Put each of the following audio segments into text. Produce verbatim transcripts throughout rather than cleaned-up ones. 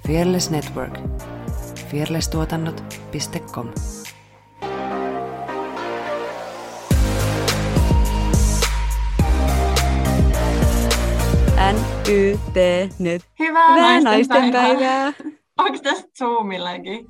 Fearless Network. fearless tuotannot piste com. N Y T nyt. Hyvää, Hyvää naisten, naisten päivää. päivää. Onko tästä Zoomillakin?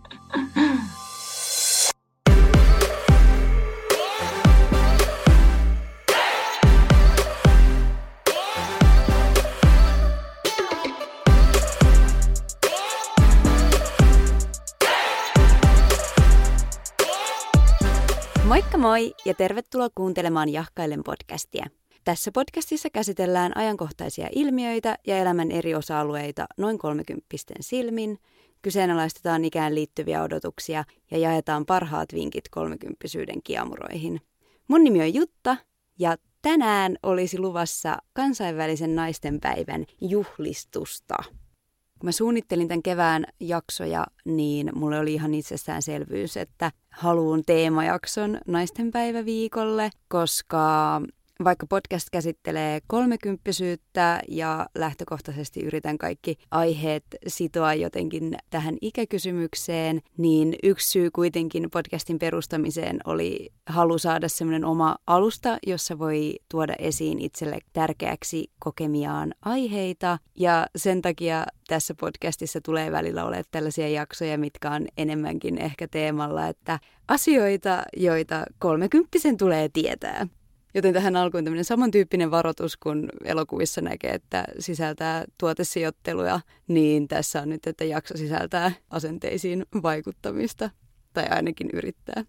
Moikka moi ja tervetuloa kuuntelemaan Jahkaillen podcastia. Tässä podcastissa käsitellään ajankohtaisia ilmiöitä ja elämän eri osa-alueita noin kolmekymppisten silmin, kyseenalaistetaan ikään liittyviä odotuksia ja jaetaan parhaat vinkit kolmekymppisyyden kiemuroihin. Mun nimi on Jutta ja tänään olisi luvassa kansainvälisen naistenpäivän juhlistusta. Kun mä suunnittelin tämän kevään jaksoja, niin mulle oli ihan itsestäänselvyys, että haluan teemajakson naistenpäiväviikolle, koska vaikka podcast käsittelee kolmekymppisyyttä ja lähtökohtaisesti yritän kaikki aiheet sitoa jotenkin tähän ikäkysymykseen, niin yksi syy kuitenkin podcastin perustamiseen oli halu saada semmoinen oma alusta, jossa voi tuoda esiin itselle tärkeäksi kokemiaan aiheita. Ja sen takia tässä podcastissa tulee välillä olemaan tällaisia jaksoja, mitkä on enemmänkin ehkä teemalla, että asioita, joita kolmekymppisen tulee tietää. Joten tähän alkuun tämmöinen samantyyppinen varoitus, kun elokuvissa näkee, että sisältää tuotesijoitteluja, niin tässä on nyt, että jakso sisältää asenteisiin vaikuttamista, tai ainakin yrittää.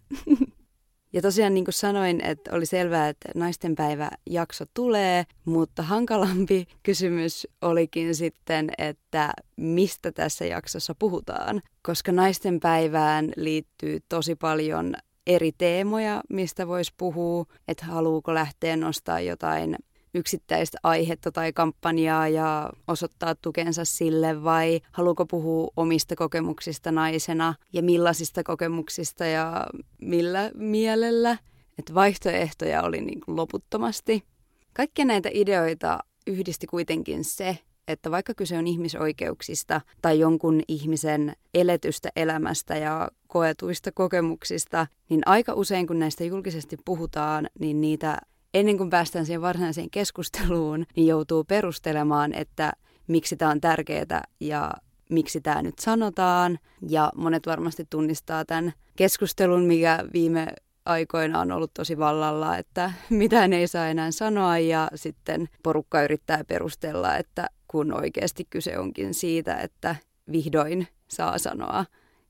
Ja tosiaan niin kuin sanoin, että oli selvää, että naistenpäiväjakso tulee, mutta hankalampi kysymys olikin sitten, että mistä tässä jaksossa puhutaan, koska naistenpäivään liittyy tosi paljon eri teemoja, mistä voisi puhua, että haluuko lähteä nostaa jotain yksittäistä aihetta tai kampanjaa ja osoittaa tukensa sille, vai haluuko puhua omista kokemuksista naisena ja millaisista kokemuksista ja millä mielellä. Että vaihtoehtoja oli niin kuin loputtomasti. Kaikkia näitä ideoita yhdisti kuitenkin se, että vaikka kyse on ihmisoikeuksista tai jonkun ihmisen eletystä elämästä ja koetuista kokemuksista, niin aika usein kun näistä julkisesti puhutaan, niin niitä ennen kuin päästään siihen varsinaiseen keskusteluun, niin joutuu perustelemaan, että miksi tämä on tärkeää ja miksi tämä nyt sanotaan. Ja monet varmasti tunnistaa tämän keskustelun, mikä viime aikoina on ollut tosi vallalla, että mitään ei saa enää sanoa ja sitten porukka yrittää perustella, että kun oikeasti kyse onkin siitä, että vihdoin saa sanoa.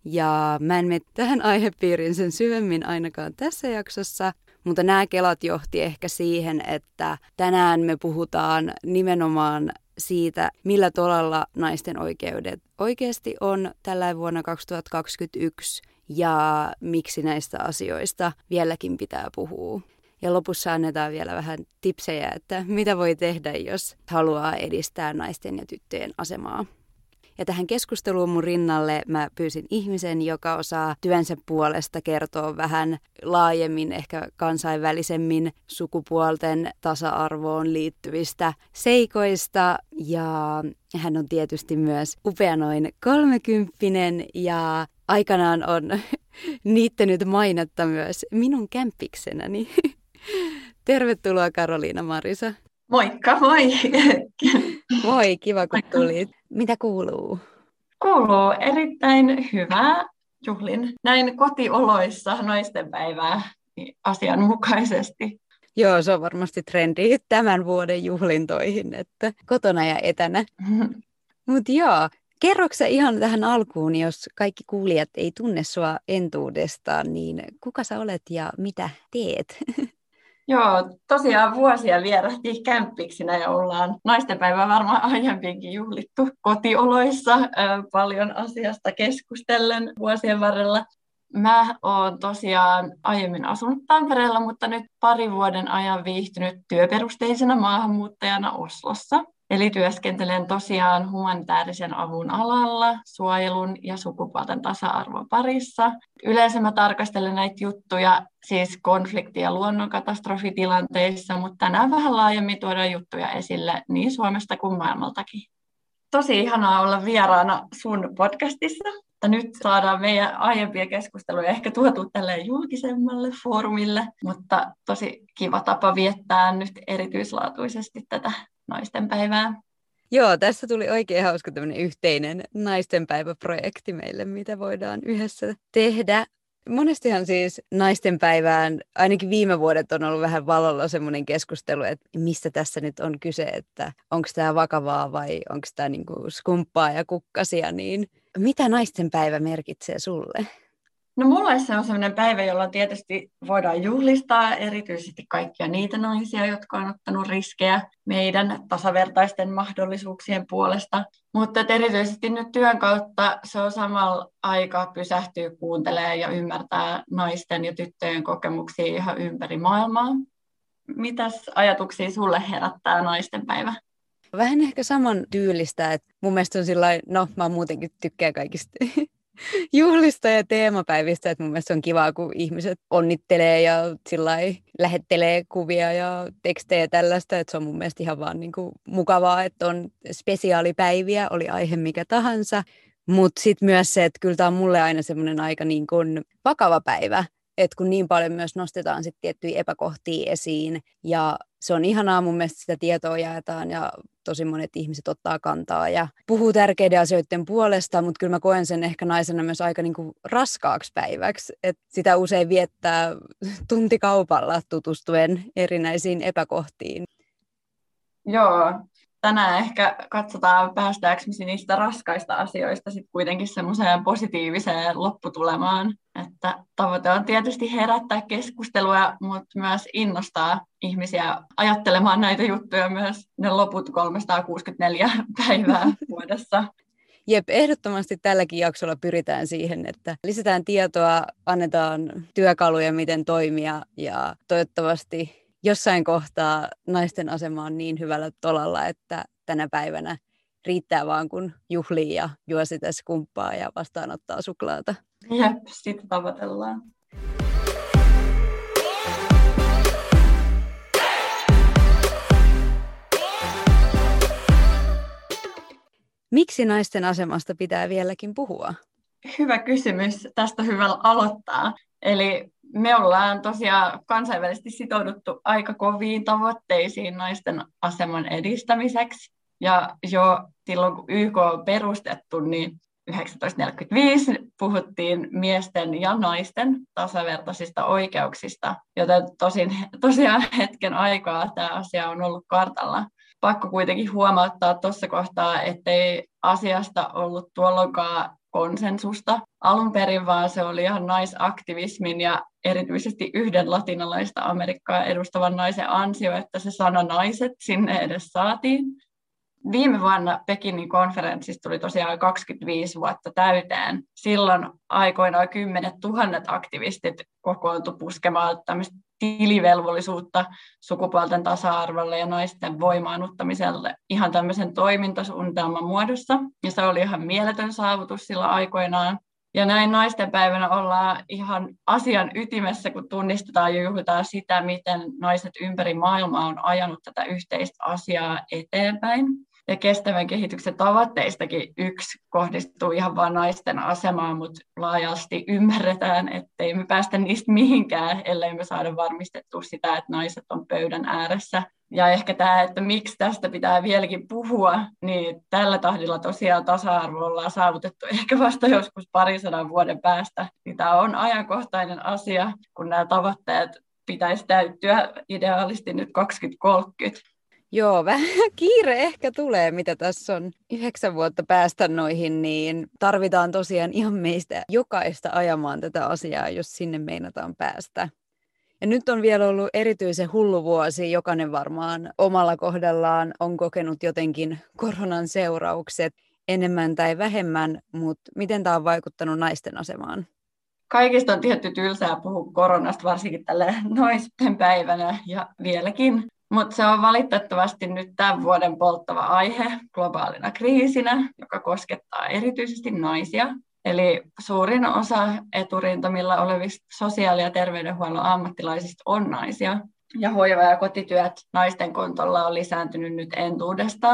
Ja mä en mene tähän aihepiiriin sen syvemmin ainakaan tässä jaksossa, mutta nämä kelat johti ehkä siihen, että tänään me puhutaan nimenomaan siitä, millä tolalla naisten oikeudet oikeasti on tällä vuonna kaksituhattakaksikymmentäyksi ja miksi näistä asioista vieläkin pitää puhua. Ja lopussa annetaan vielä vähän tipsejä, että mitä voi tehdä, jos haluaa edistää naisten ja tyttöjen asemaa. Ja tähän keskusteluun mun rinnalle mä pyysin ihmisen, joka osaa työnsä puolesta kertoa vähän laajemmin, ehkä kansainvälisemmin sukupuolten tasa-arvoon liittyvistä seikoista. Ja hän on tietysti myös upea noin kolmekymppinen ja aikanaan on niittänyt mainetta myös minun kämppiksenäni. Tervetuloa Karoliina Marisa. Moikka, moi! Moi, kiva kun tulit. Mitä kuuluu? Kuuluu erittäin hyvää. Juhlin näin kotioloissa naistenpäivää asianmukaisesti. Joo, se on varmasti trendi tämän vuoden juhlintoihin, että kotona ja etänä. Mutta joo, kerroksä sä ihan tähän alkuun, jos kaikki kuulijat ei tunne sua entuudestaan, niin kuka sä olet ja mitä teet? Joo, tosiaan vuosia vierähti kämppiksinä ja ollaan naistenpäivää varmaan aiemminkin juhlittu kotioloissa äh, paljon asiasta keskustellen vuosien varrella. Mä oon tosiaan aiemmin asunut Tampereella, mutta nyt pari vuoden ajan viihtynyt työperusteisena maahanmuuttajana Oslossa. Eli työskentelen tosiaan humanitaarisen avun alalla, suojelun ja sukupuolten tasa-arvon parissa. Yleensä mä tarkastelen näitä juttuja siis konflikti- ja luonnonkatastrofitilanteissa, mutta tänään vähän laajemmin tuodaan juttuja esille niin Suomesta kuin maailmaltakin. tosi ihanaa olla vieraana sun podcastissa. Nyt saadaan meidän aiempia keskusteluja ehkä tuotu tälleen julkisemmalle foorumille, mutta tosi kiva tapa viettää nyt erityislaatuisesti tätä naistenpäivää. Joo, tässä tuli oikein hauska tämmöinen yhteinen naistenpäiväprojekti meille, mitä voidaan yhdessä tehdä. Monestihan siis naistenpäivään, ainakin viime vuodet on ollut vähän valolla semmoinen keskustelu, että mistä tässä nyt on kyse, että onko tämä vakavaa vai onko tämä niinku skumppaa ja kukkasia, niin mitä naistenpäivä merkitsee sulle? No mulle se on sellainen päivä, jolla tietysti voidaan juhlistaa erityisesti kaikkia niitä naisia, jotka on ottanut riskejä meidän tasavertaisten mahdollisuuksien puolesta. Mutta erityisesti nyt työn kautta se on samalla aika pysähtyä kuuntelemaan ja ymmärtää naisten ja tyttöjen kokemuksia ihan ympäri maailmaa. Mitäs ajatuksia sulle herättää naistenpäivä? Vähän ehkä saman tyylistä, että mun mielestä on sillain, no mä muutenkin tykkään kaikista juhlista ja teemapäivistä, että mun mielestä on kivaa, kun ihmiset onnittelee ja sillai lähettelee kuvia ja tekstejä tällaista, että se on mun mielestä ihan vaan niin kuin mukavaa, että on spesiaalipäiviä, oli aihe mikä tahansa, mutta sitten myös se, että kyllä tämä on mulle aina semmoinen aika niin kuin vakava päivä, että kun niin paljon myös nostetaan sitten tiettyjä epäkohtia esiin ja se on ihanaa, mun mielestä sitä tietoa jaetaan ja tosi monet ihmiset ottaa kantaa ja puhuu tärkeiden asioiden puolesta, mutta kyllä mä koen sen ehkä naisena myös aika niin kuin raskaaksi päiväksi, että sitä usein viettää tuntikaupalla tutustuen erinäisiin epäkohtiin. Joo, tänään ehkä katsotaan päästäänkö niistä raskaista asioista sitten kuitenkin semmoiseen positiiviseen lopputulemaan, että tavoite on tietysti herättää keskustelua, mutta myös innostaa ihmisiä ajattelemaan näitä juttuja myös ne loput kolmesataakuusikymmentäneljä päivää vuodessa. Jep, ehdottomasti tälläkin jaksolla pyritään siihen, että lisätään tietoa, annetaan työkaluja, miten toimia ja toivottavasti jossain kohtaa naisten asema on niin hyvällä tolalla, että tänä päivänä riittää vaan kun juhlii ja juo sitä skumppaa ja vastaanottaa suklaata. Jep, sitä tavoitellaan. Miksi naisten asemasta pitää vieläkin puhua? Hyvä kysymys. Tästä on hyvä aloittaa. Eli me ollaan tosiaan kansainvälisesti sitouduttu aika koviin tavoitteisiin naisten aseman edistämiseksi. Ja jo silloin, kun Y K on perustettu, niin tuhatyhdeksänsataaneljäkymmentäviisi puhuttiin miesten ja naisten tasavertaisista oikeuksista, joten tosin, tosiaan hetken aikaa tämä asia on ollut kartalla. Pakko kuitenkin huomauttaa tuossa kohtaa, ettei asiasta ollut tuolloinkaan konsensusta alun perin, vaan se oli ihan naisaktivismin ja erityisesti yhden latinalaista Amerikkaa edustavan naisen ansio, että se sana naiset sinne edes saatiin. Viime vuonna Pekingin konferenssissa tuli tosiaan kaksikymmentäviisi vuotta täyteen. Silloin aikoinaan kymmenet tuhannet aktivistit kokoontu puskemaan tämmöistä tilivelvollisuutta sukupuolten tasa-arvolle ja naisten voimaannuttamiselle ihan tämmöisen toimintasuunnitelman muodossa. Ja se oli ihan mieletön saavutus sillä aikoinaan. Ja näin naistenpäivänä ollaan ihan asian ytimessä, kun tunnistetaan ja juhlitaan sitä, miten naiset ympäri maailmaa on ajanut tätä yhteistä asiaa eteenpäin. Ja kestävän kehityksen tavoitteistakin yksi kohdistuu ihan vain naisten asemaan, mutta laajasti ymmärretään, ettei me päästä niistä mihinkään, ellei me saada varmistettua sitä, että naiset on pöydän ääressä. Ja ehkä tämä, että miksi tästä pitää vieläkin puhua, niin tällä tahdilla tosiaan tasa-arvo ollaan saavutettu ehkä vasta joskus parisadan vuoden päästä. Niin tämä on ajankohtainen asia, kun nämä tavoitteet pitäisi täyttyä ideaalisti nyt kaksituhattakolmekymmentä. Joo, vähän kiire ehkä tulee, mitä tässä on yhdeksän vuotta päästä noihin, niin tarvitaan tosiaan ihan meistä jokaista ajamaan tätä asiaa, jos sinne meinataan päästä. Ja nyt on vielä ollut erityisen hullu vuosi, jokainen varmaan omalla kohdallaan on kokenut jotenkin koronan seuraukset enemmän tai vähemmän, mutta miten tämä on vaikuttanut naisten asemaan? Kaikista on tietty tylsää puhua koronasta, varsinkin tällä naisten päivänä ja vieläkin. Mutta se on valitettavasti nyt tämän vuoden polttava aihe globaalina kriisinä, joka koskettaa erityisesti naisia. Eli suurin osa eturintamilla olevista sosiaali- ja terveydenhuollon ammattilaisista on naisia. Ja hoiva- ja kotityöt naisten kontolla on lisääntynyt nyt entuudestaan.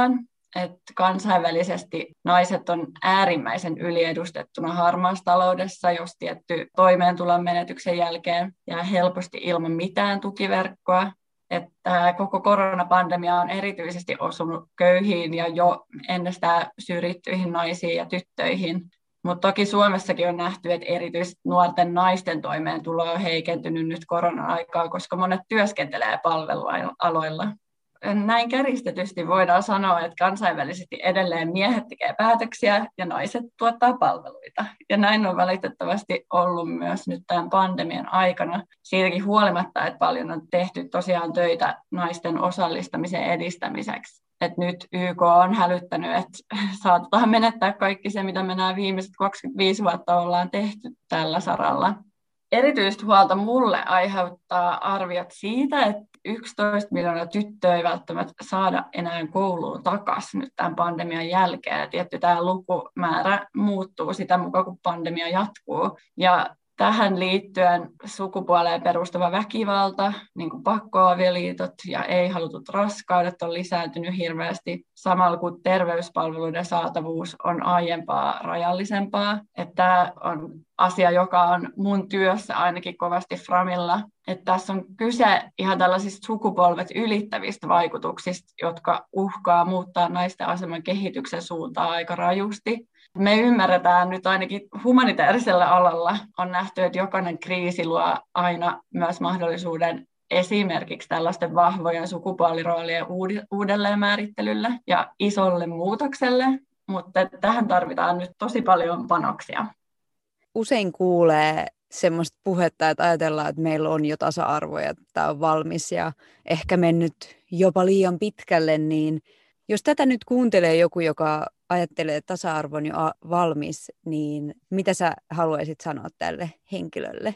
että kansainvälisesti naiset on äärimmäisen yliedustettuna harmaassa taloudessa, jos tietty toimeentulon menetyksen jälkeen jää helposti ilman mitään tukiverkkoa. Että koko koronapandemia on erityisesti osunut köyhiin ja jo ennestään syrjittyihin naisiin ja tyttöihin. Mutta toki Suomessakin on nähty, että erityisesti nuorten naisten toimeentulo on heikentynyt nyt korona-aikaa, koska monet työskentelee palvelualoilla. Näin kärjistetysti voidaan sanoa, että kansainvälisesti edelleen miehet tekevät päätöksiä ja naiset tuottaa palveluita. Ja näin on valitettavasti ollut myös nyt tämän pandemian aikana. Siitäkin huolimatta, että paljon on tehty tosiaan töitä naisten osallistamisen edistämiseksi. Et nyt Y K on hälyttänyt, että saatetaan menettää kaikki se, mitä me nämä viimeiset kaksikymmentäviisi vuotta ollaan tehty tällä saralla. Erityistä huolta mulle aiheuttaa arviot siitä, että yksitoista miljoonaa tyttöä ei välttämättä saada enää kouluun takaisin nyt tämän pandemian jälkeen. Ja tietty tämä lukumäärä muuttuu sitä mukaan, kun pandemia jatkuu. Ja tähän liittyen sukupuoleen perustuva väkivalta, niin kuin pakkoavioliitot ja ei-halutut raskaudet on lisääntynyt hirveästi, samalla kun terveyspalveluiden saatavuus on aiempaa rajallisempaa. Että tämä on asia, joka on mun työssä ainakin kovasti framilla. Että tässä on kyse ihan tällaisista sukupolvet ylittävistä vaikutuksista, jotka uhkaa muuttaa naisten aseman kehityksen suuntaa aika rajusti. Me ymmärretään nyt ainakin humanitaarisella alalla on nähty, että jokainen kriisi luo aina myös mahdollisuuden esimerkiksi tällaisten vahvojen sukupuoliroolien uudelleenmäärittelylle ja isolle muutokselle, mutta tähän tarvitaan nyt tosi paljon panoksia. Usein kuulee semmoista puhetta, että ajatellaan, että meillä on jo tasa-arvo ja tämä on valmis ja ehkä mennyt jopa liian pitkälle, niin jos tätä nyt kuuntelee joku, joka ajattelee, että tasa-arvo on jo valmis, niin mitä sä haluaisit sanoa tälle henkilölle?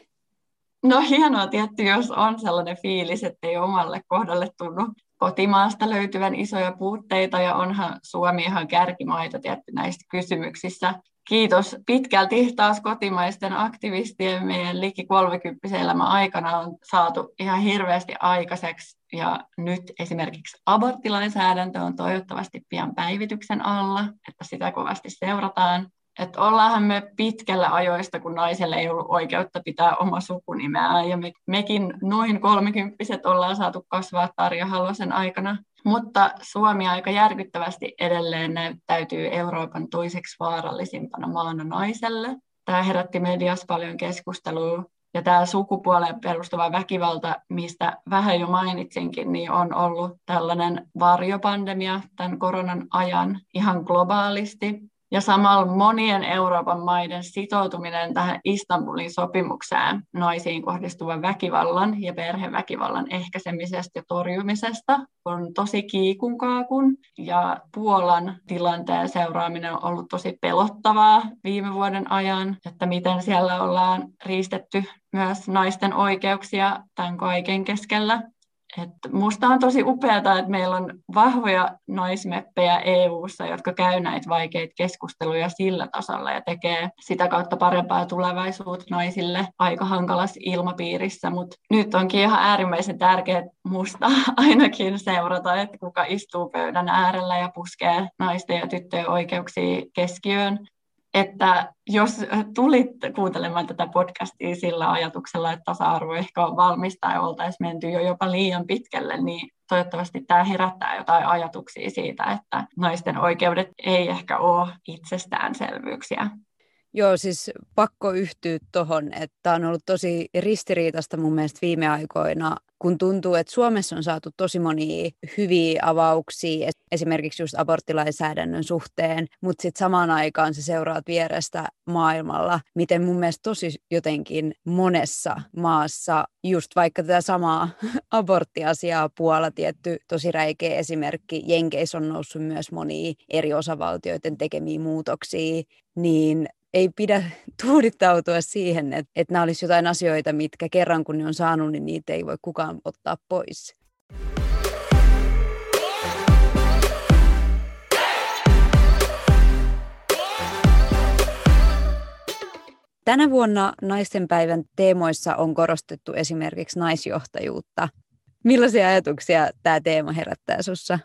No hienoa tietty, jos on sellainen fiilis, että ei omalle kohdalle tunnu kotimaasta löytyvän isoja puutteita ja onhan Suomi ihan kärkimaita tietty näissä kysymyksissä. Kiitos pitkälti taas kotimaisten aktivistien meidän liki kolmekymppisen elämän aikana on saatu ihan hirveästi aikaiseksi. Ja nyt esimerkiksi aborttilainsäädäntö on toivottavasti pian päivityksen alla, että sitä kovasti seurataan. Että ollaanhan me pitkällä ajoista, kun naiselle ei ollut oikeutta pitää oma sukunimeä. Ja me, mekin noin kolmekymppiset ollaan saatu kasvaa Tarja Halosen aikana. Mutta Suomi aika järkyttävästi edelleen näyttäytyy Euroopan toiseksi vaarallisimpana maana naiselle. Tämä herätti mediassa paljon keskustelua. Ja tämä sukupuoleen perustuva väkivalta, mistä vähän jo mainitsinkin, niin on ollut tällainen varjopandemia tämän koronan ajan ihan globaalisti. Ja samalla monien Euroopan maiden sitoutuminen tähän Istanbulin sopimukseen naisiin kohdistuvan väkivallan ja perheväkivallan ehkäisemisestä ja torjumisesta on tosi kiikun kaakun. Ja Puolan tilanteen seuraaminen on ollut tosi pelottavaa viime vuoden ajan, että miten siellä ollaan riistetty myös naisten oikeuksia tämän kaiken keskellä. Että musta on tosi upeaa, että meillä on vahvoja naismeppejä E U:ssa, jotka käy näitä vaikeita keskusteluja sillä tasolla ja tekee sitä kautta parempaa tulevaisuutta naisille aika hankalassa ilmapiirissä. Mutta nyt onkin ihan äärimmäisen tärkeää musta ainakin seurata, että kuka istuu pöydän äärellä ja puskee naisten ja tyttöjen oikeuksia keskiöön. Että jos tulit kuuntelemaan tätä podcastia sillä ajatuksella, että tasa-arvo ehkä on valmis tai oltaisiin menty jo jopa liian pitkälle, niin toivottavasti tämä herättää jotain ajatuksia siitä, että naisten oikeudet ei ehkä ole itsestäänselvyyksiä. Joo, siis pakko yhtyä tuohon, että on ollut tosi ristiriitaista mun mielestä viime aikoina, kun tuntuu, että Suomessa on saatu tosi monia hyviä avauksia, esimerkiksi just aborttilainsäädännön suhteen, mutta sitten samaan aikaan se seuraat vierestä maailmalla, miten mun mielestä tosi jotenkin monessa maassa, just vaikka tätä samaa aborttiasiaa, Puola tietty tosi räikeä esimerkki, Jenkeissä on noussut myös monia eri osavaltioiden tekemiä muutoksia, niin ei pidä tuudittautua siihen, että, että nämä olisi jotain asioita, mitkä kerran kun ne on saanut, niin niitä ei voi kukaan ottaa pois. Tänä vuonna naistenpäivän teemoissa on korostettu esimerkiksi naisjohtajuutta. Millaisia ajatuksia tämä teema herättää sussa?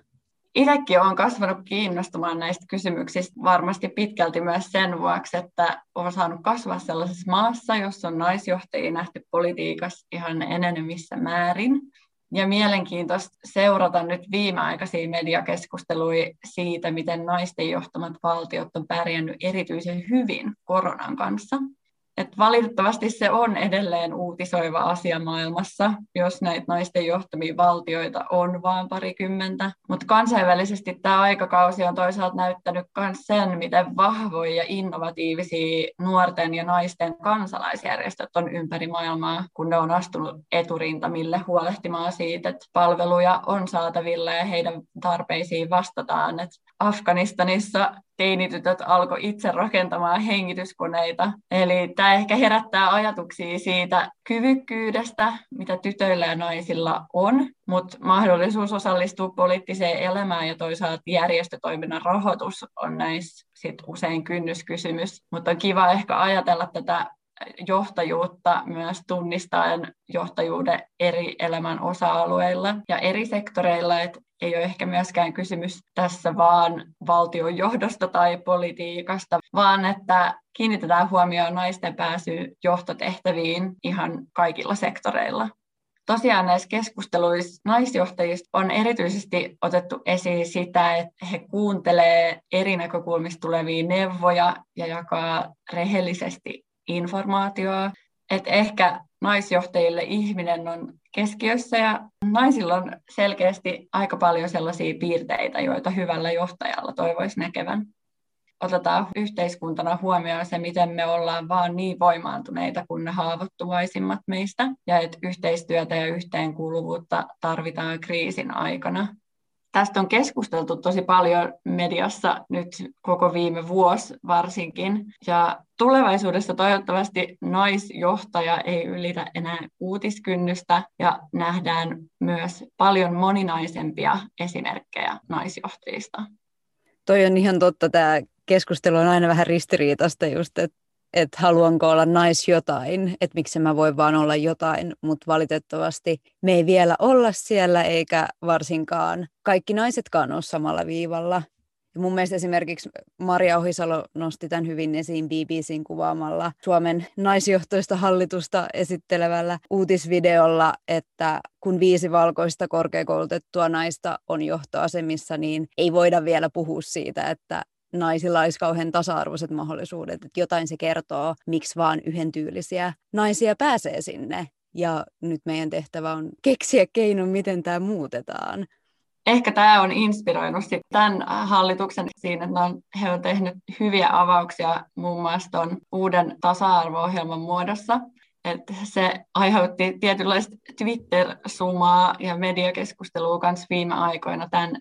Itsekin olen kasvanut kiinnostumaan näistä kysymyksistä varmasti pitkälti myös sen vuoksi, että olen saanut kasvaa sellaisessa maassa, jossa on naisjohtajia nähty politiikassa ihan enenevissä määrin. Ja mielenkiintoista seurata nyt viimeaikaisia mediakeskusteluja siitä, miten naisten johtamat valtiot on pärjännyt erityisen hyvin koronan kanssa. Et valitettavasti se on edelleen uutisoiva asia maailmassa, jos näitä naisten johtamia valtioita on vain parikymmentä. Mutta kansainvälisesti tämä aikakausi on toisaalta näyttänyt myös sen, miten vahvoja ja innovatiivisia nuorten ja naisten kansalaisjärjestöt on ympäri maailmaa, kun ne on astunut eturintamille huolehtimaan siitä, että palveluja on saatavilla ja heidän tarpeisiin vastataan. Et Afganistanissa teinitytöt alkoi itse rakentamaan hengityskoneita. Eli tämä ehkä herättää ajatuksia siitä kyvykkyydestä, mitä tytöillä ja naisilla on, mutta mahdollisuus osallistua poliittiseen elämään ja toisaalta järjestötoiminnan rahoitus on näissä sit usein kynnyskysymys. Mutta on kiva ehkä ajatella tätä johtajuutta myös tunnistaen johtajuuden eri elämän osa-alueilla ja eri sektoreilla, että ei ole ehkä myöskään kysymys tässä vaan valtion johdosta tai politiikasta, vaan että kiinnitetään huomioon naisten pääsy johtotehtäviin ihan kaikilla sektoreilla. Tosiaan näissä keskusteluissa naisjohtajista on erityisesti otettu esiin sitä, että he kuuntelee eri näkökulmista tulevia neuvoja ja jakaa rehellisesti informaatiota. Että ehkä naisjohtajille ihminen on keskiössä ja naisilla on selkeästi aika paljon sellaisia piirteitä, joita hyvällä johtajalla toivoisi näkevän. Otetaan yhteiskuntana huomioon se, miten me ollaan vaan niin voimaantuneita kuin ne haavoittuvaisimmat meistä ja että yhteistyötä ja yhteenkuuluvuutta tarvitaan kriisin aikana. Tästä on keskusteltu tosi paljon mediassa nyt koko viime vuosi varsinkin. Ja tulevaisuudessa toivottavasti naisjohtaja ei ylitä enää uutiskynnystä ja nähdään myös paljon moninaisempia esimerkkejä naisjohtajista. Toi on ihan totta. Tämä keskustelu on aina vähän ristiriitaista just, että et haluanko olla nais jotain, että miksi mä voin vaan olla jotain, mutta valitettavasti me ei vielä olla siellä, eikä varsinkaan kaikki naisetkaan ole samalla viivalla. Ja mun mielestä esimerkiksi Maria Ohisalo nosti tämän hyvin esiin B B C:n kuvaamalla Suomen naisjohtoista hallitusta esittelevällä uutisvideolla, että kun viisi valkoista korkeakoulutettua naista on johtoasemissa, niin ei voida vielä puhua siitä, että naisilla olisi kauhean tasa-arvoiset mahdollisuudet, että jotain se kertoo, miksi vaan yhden tyylisiä naisia pääsee sinne. Ja nyt meidän tehtävä on keksiä keino, miten tämä muutetaan. Ehkä tämä on inspiroinut tämän hallituksen siinä, että on, he ovat tehneet hyviä avauksia muun muassa tuon uuden tasa-arvo-ohjelman muodossa. Että se aiheutti tietynlaista Twitter-sumaa ja mediakeskustelua kanssa viime aikoina tämän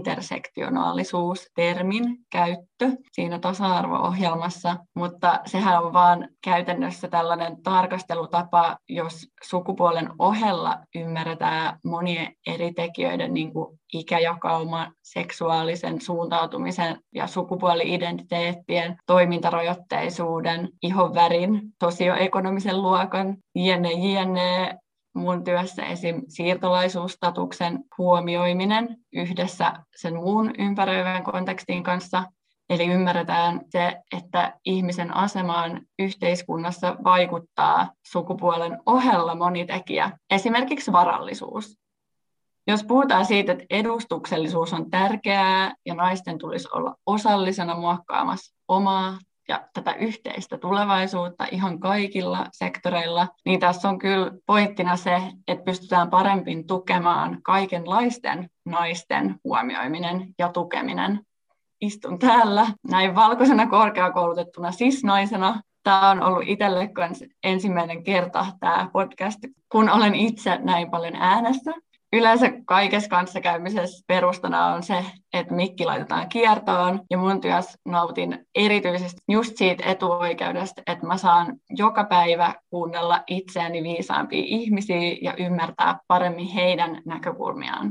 intersektionaalisuus-termin käyttö siinä tasa-arvo-ohjelmassa, mutta sehän on vaan käytännössä tällainen tarkastelutapa, jos sukupuolen ohella ymmärretään monien eri tekijöiden niin kuin ikäjakauman, seksuaalisen suuntautumisen ja sukupuoli-identiteettien, toimintarajoitteisuuden, ihonvärin, sosioekonomisen luokan, jne, jne. Mun työssä esim. Siirtolaisuusstatuksen huomioiminen yhdessä sen muun ympäröivän kontekstin kanssa. Eli ymmärretään se, että ihmisen asemaan yhteiskunnassa vaikuttaa sukupuolen ohella moni tekijä, esimerkiksi varallisuus. Jos puhutaan siitä, että edustuksellisuus on tärkeää ja naisten tulisi olla osallisena muokkaamassa omaa ja tätä yhteistä tulevaisuutta ihan kaikilla sektoreilla, niin tässä on kyllä pointtina se, että pystytään paremmin tukemaan kaikenlaisten naisten huomioiminen ja tukeminen. Istun täällä näin valkoisena korkeakoulutettuna cis-naisena. Tämä on ollut itselle ensimmäinen kerta tämä podcast, kun olen itse näin paljon äänessä. Yleensä kaikessa kanssakäymisessä perustana on se, että mikki laitetaan kiertoon ja mun työssä nautin erityisesti just siitä etuoikeudesta, että mä saan joka päivä kuunnella itseäni viisaampia ihmisiä ja ymmärtää paremmin heidän näkökulmiaan.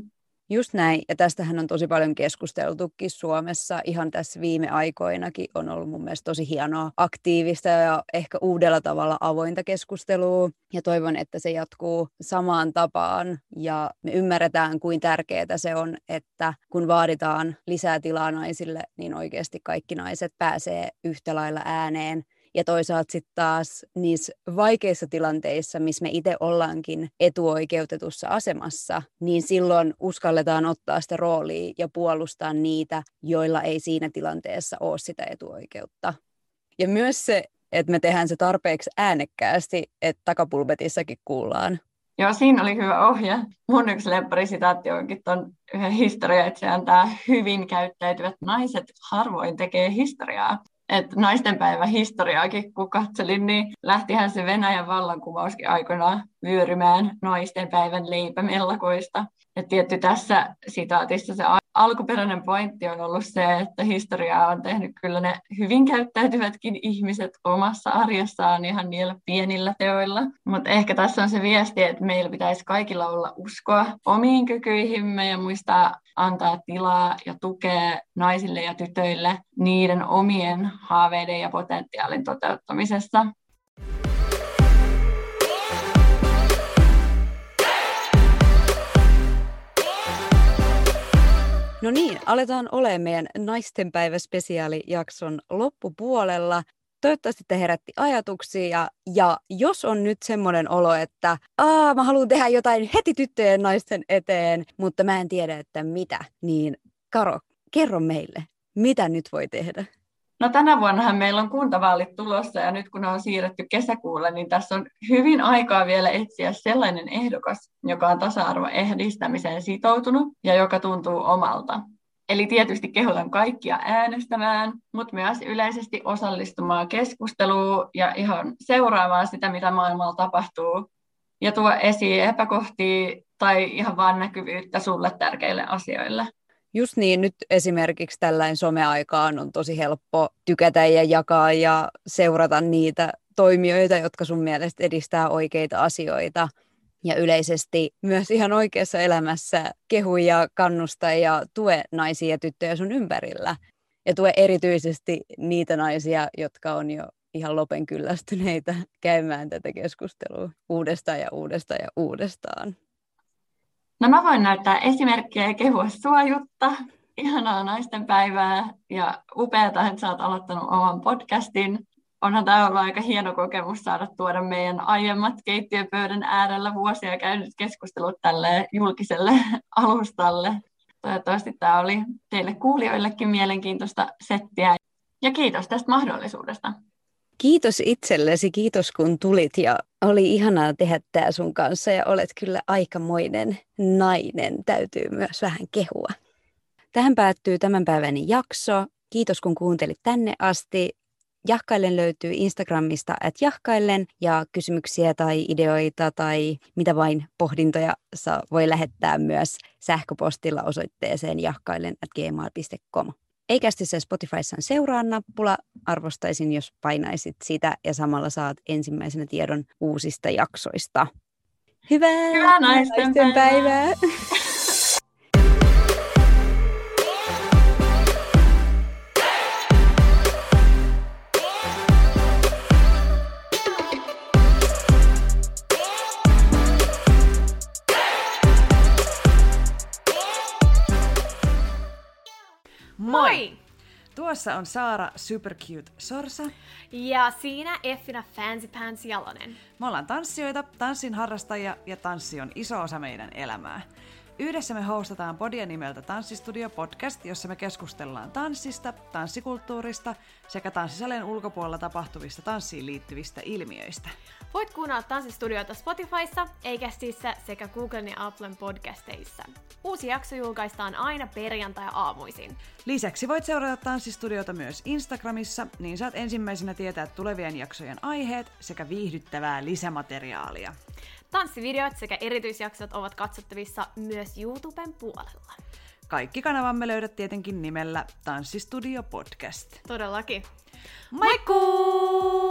Just näin, ja tästähän on tosi paljon keskusteltukin Suomessa. Ihan tässä viime aikoinakin on ollut mun mielestä tosi hienoa, aktiivista ja ehkä uudella tavalla avointa keskustelua. Ja toivon, että se jatkuu samaan tapaan. Ja me ymmärretään, kuin tärkeää se on, että kun vaaditaan lisää tilaa naisille, niin oikeasti kaikki naiset pääsee yhtä lailla ääneen. Ja toisaalta sitten taas niissä vaikeissa tilanteissa, missä me itse ollaankin etuoikeutetussa asemassa, niin silloin uskalletaan ottaa sitä roolia ja puolustaa niitä, joilla ei siinä tilanteessa ole sitä etuoikeutta. Ja myös se, että me tehdään se tarpeeksi äänekkäästi, että takapulpetissakin kuullaan. Joo, siinä oli hyvä ohje. Mun yksi lepparisitaatti onkin tuon yhden historiaitsijän, tämä hyvin käyttäytyvät naiset harvoin tekee historiaa. Että naistenpäivän historiaakin, kun katselin, niin lähtihän se Venäjän vallankumouskin aikoinaan vyörymään naistenpäivän leipämellakoista. Ja tietty tässä sitaatissa se alkuperäinen pointti on ollut se, että historiaa on tehnyt kyllä ne hyvin käyttäytyvätkin ihmiset omassa arjessaan ihan niillä pienillä teoilla. Mutta ehkä tässä on se viesti, että meillä pitäisi kaikilla olla uskoa omiin kykyihimme ja muistaa antaa tilaa ja tukea naisille ja tytöille niiden omien haaveiden ja potentiaalin toteuttamisessa. No niin, aletaan olemaan meidän naistenpäiväspesiaalijakson loppupuolella. Toivottavasti te herätti ajatuksia ja, ja jos on nyt semmoinen olo, että Aa, mä haluan tehdä jotain heti tyttöjen ja naisten eteen, mutta mä en tiedä, että mitä, niin Karo, kerro meille, mitä nyt voi tehdä? No tänä vuonnahan meillä on kuntavaalit tulossa ja nyt kun ne on siirretty kesäkuulle, niin tässä on hyvin aikaa vielä etsiä sellainen ehdokas, joka on tasa-arvon edistämiseen sitoutunut ja joka tuntuu omalta. Eli tietysti kehotan kaikkia äänestämään, mutta myös yleisesti osallistumaan keskusteluun ja ihan seuraamaan sitä, mitä maailmalla tapahtuu. Ja tuo esiin epäkohtia tai ihan vaan näkyvyyttä sulle tärkeille asioille. Just niin, nyt esimerkiksi tällainen someaikaan on tosi helppo tykätä ja jakaa ja seurata niitä toimijoita, jotka sun mielestä edistää oikeita asioita. Ja yleisesti myös ihan oikeassa elämässä kehu ja kannusta ja tue naisia ja tyttöjä sun ympärillä. Ja tue erityisesti niitä naisia, jotka on jo ihan lopen kyllästyneitä käymään tätä keskustelua uudestaan ja uudestaan ja uudestaan. No mä voin näyttää esimerkkiä ja kehua sua, Jutta. Ihanaa naistenpäivää ja upeata, että sä oot aloittanut oman podcastin. Onhan tämä ollut aika hieno kokemus saada tuoda meidän aiemmat keittiöpöydän äärellä vuosia käynyt keskustelut tälle julkiselle alustalle. Toivottavasti tämä oli teille kuulijoillekin mielenkiintoista settiä. Ja kiitos tästä mahdollisuudesta. Kiitos itsellesi, kiitos kun tulit ja oli ihanaa tehdä tämä sun kanssa ja olet kyllä aikamoinen nainen, täytyy myös vähän kehua. Tähän päättyy tämän päivän jakso. Kiitos kun kuuntelit tänne asti. Jahkaillen löytyy Instagramista at jahkaillen ja kysymyksiä tai ideoita tai mitä vain pohdintoja saa, voi lähettää myös sähköpostilla osoitteeseen jahkaillen at gmail piste com. Eikästissä Spotifyssa on seuraa-nappula. Arvostaisin, jos painaisit sitä ja samalla saat ensimmäisenä tiedon uusista jaksoista. Hyvää, Hyvää naisten päivää! päivää. Moi! Tuossa on Saara Supercute Sorsa. Ja siinä Effina Fancy Pants Jalonen. Me ollaan tanssijoita, tanssin harrastajia ja tanssi on iso osa meidän elämää. Yhdessä me hostataan podia nimeltä Tanssistudio Podcast, jossa me keskustellaan tanssista, tanssikulttuurista sekä tanssisalien ulkopuolella tapahtuvista tanssiin liittyvistä ilmiöistä. Voit kuunnella Tanssistudioita Spotifyssa, Eikästissä sekä Googlen ja Applen podcasteissa. Uusi jakso julkaistaan aina perjantai-aamuisin. Lisäksi voit seurata Tanssistudiota myös Instagramissa, niin saat ensimmäisenä tietää tulevien jaksojen aiheet sekä viihdyttävää lisämateriaalia. Tanssivideot sekä erityisjaksot ovat katsottavissa myös YouTuben puolella. Kaikki kanavamme löydät tietenkin nimellä Tanssistudio Podcast. Todellakin. Moikkuu!